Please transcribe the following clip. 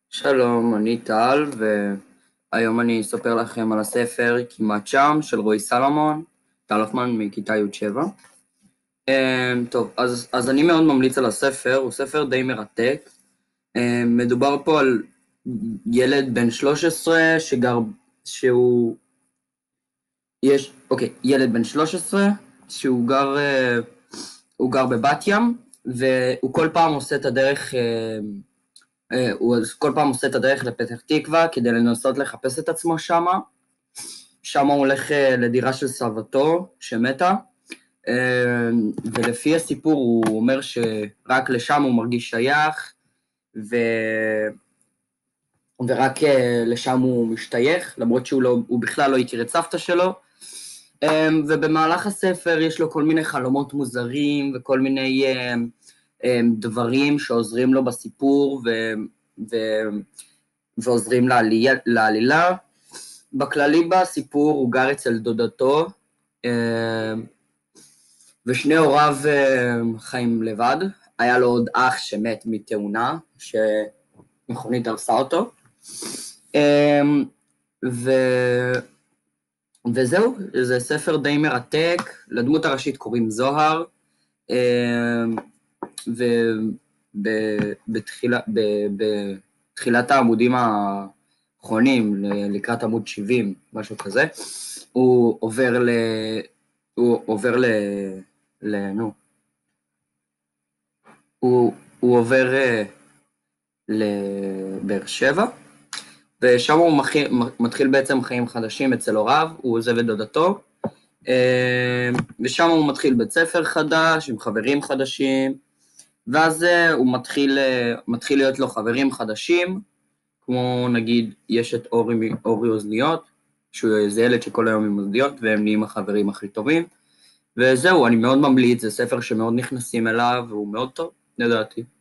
שלום, אני טל, והיום אני אספר לכם על הספר כמעט שם של רועי סלומון, טל הופמן מכיתה י' 7. טוב, אז אני מאוד ממליץ על הספר, הוא ספר די מרתק. מדובר פה על ילד בן 13 ילד בן 13 שהוא גר בבת ים, והוא כל פעם עושה את הדרך לפתח תקווה כדי לנסות לחפש את עצמו שמה. שם הוא הולך לדירה של סבתו שמתה, ולפי הסיפור הוא אומר שרק לשם הוא מרגיש שייך, ורק לשם הוא משתייך, למרות שהוא בכלל לא הכיר את סבתא שלו. ובמהלך הספר יש לו כל מיני חלומות מוזרים וכל מיני דברים שעוזרים לו בסיפור ועוזרים לעלילה. בכללי בסיפור הוא גר אצל דודתו, ושני הוריו חיים לבד. היה לו עוד אח שמת מתאונה, שמכונית הרסה אותו. וזהו, זה ספר די מרתק. לדמות הראשית קוראים זוהר, בתחילת העמודים האחרונים, לקראת עמוד 70, משהו כזה, הוא עובר לבאר שבע, ושם הוא מתחיל בעצם חיים חדשים אצל הוריו. הוא עוזב את דודתו, ושם הוא מתחיל בית ספר חדש עם חברים חדשים, ואז הוא מתחיל להיות לו חברים חדשים, כמו נגיד יש את אורי אוזניות, שהוא איזה ילד שכל היום עם אוזניות, והם נהיים החברים הכי טובים. וזהו, אני מאוד ממליץ, זה ספר שמאוד נכנסים אליו, והוא מאוד טוב, לדעתי.